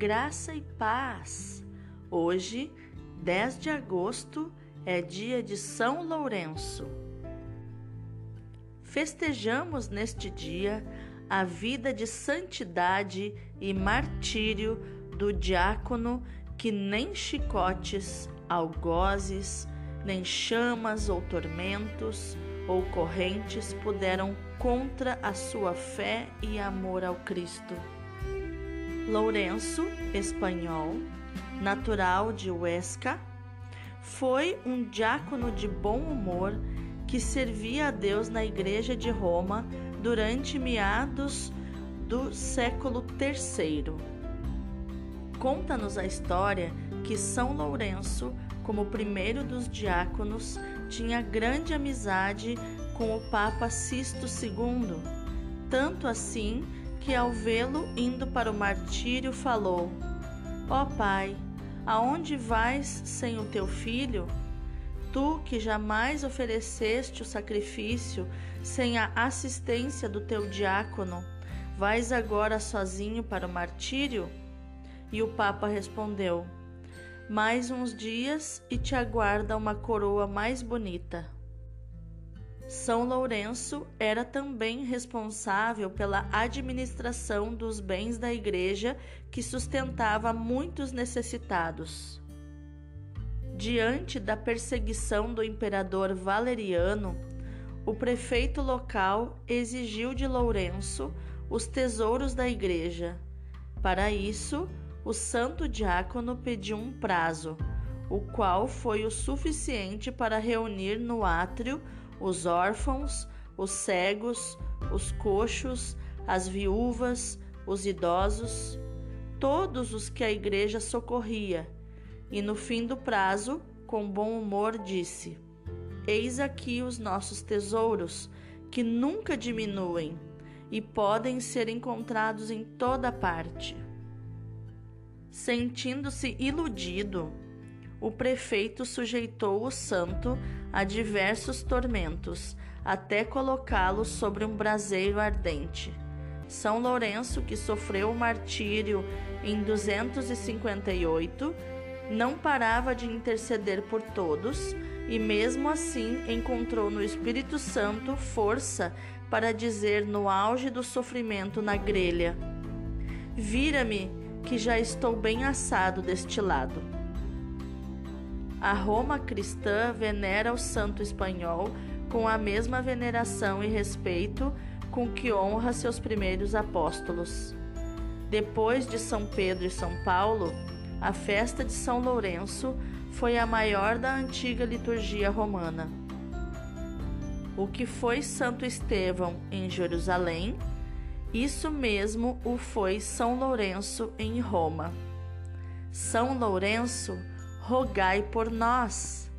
Graça e paz! Hoje, 10 de agosto, é dia de São Lourenço. Festejamos neste dia a vida de santidade e martírio do diácono que nem chicotes, algozes, nem chamas ou tormentos ou correntes puderam contra a sua fé e amor ao Cristo. Lourenço, espanhol, natural de Huesca, foi um diácono de bom humor que servia a Deus na Igreja de Roma durante meados do século III. Conta-nos a história que São Lourenço, como primeiro dos diáconos, tinha grande amizade com o Papa Sisto II, tanto assim que ao vê-lo indo para o martírio falou: Ó Pai, aonde vais sem o teu filho? Tu que jamais ofereceste o sacrifício sem a assistência do teu diácono, vais agora sozinho para o martírio? E o Papa respondeu: mais uns dias e te aguarda uma coroa mais bonita. São Lourenço era também responsável pela administração dos bens da igreja que sustentava muitos necessitados. Diante da perseguição do imperador Valeriano, o prefeito local exigiu de Lourenço os tesouros da igreja. Para isso, o santo diácono pediu um prazo, o qual foi o suficiente para reunir no átrio os órfãos, os cegos, os coxos, as viúvas, os idosos, todos os que a igreja socorria, e no fim do prazo, com bom humor, disse: eis aqui os nossos tesouros, que nunca diminuem e podem ser encontrados em toda parte. Sentindo-se iludido, o prefeito sujeitou o santo a diversos tormentos, até colocá-lo sobre um braseiro ardente. São Lourenço, que sofreu o martírio em 258, não parava de interceder por todos e mesmo assim encontrou no Espírito Santo força para dizer no auge do sofrimento na grelha: vira-me, que já estou bem assado deste lado. A Roma cristã venera o santo espanhol com a mesma veneração e respeito com que honra seus primeiros apóstolos. Depois de São Pedro e São Paulo, a festa de São Lourenço foi a maior da antiga liturgia romana. O que foi Santo Estevão em Jerusalém, isso mesmo o foi São Lourenço em Roma. São Lourenço, rogai por nós.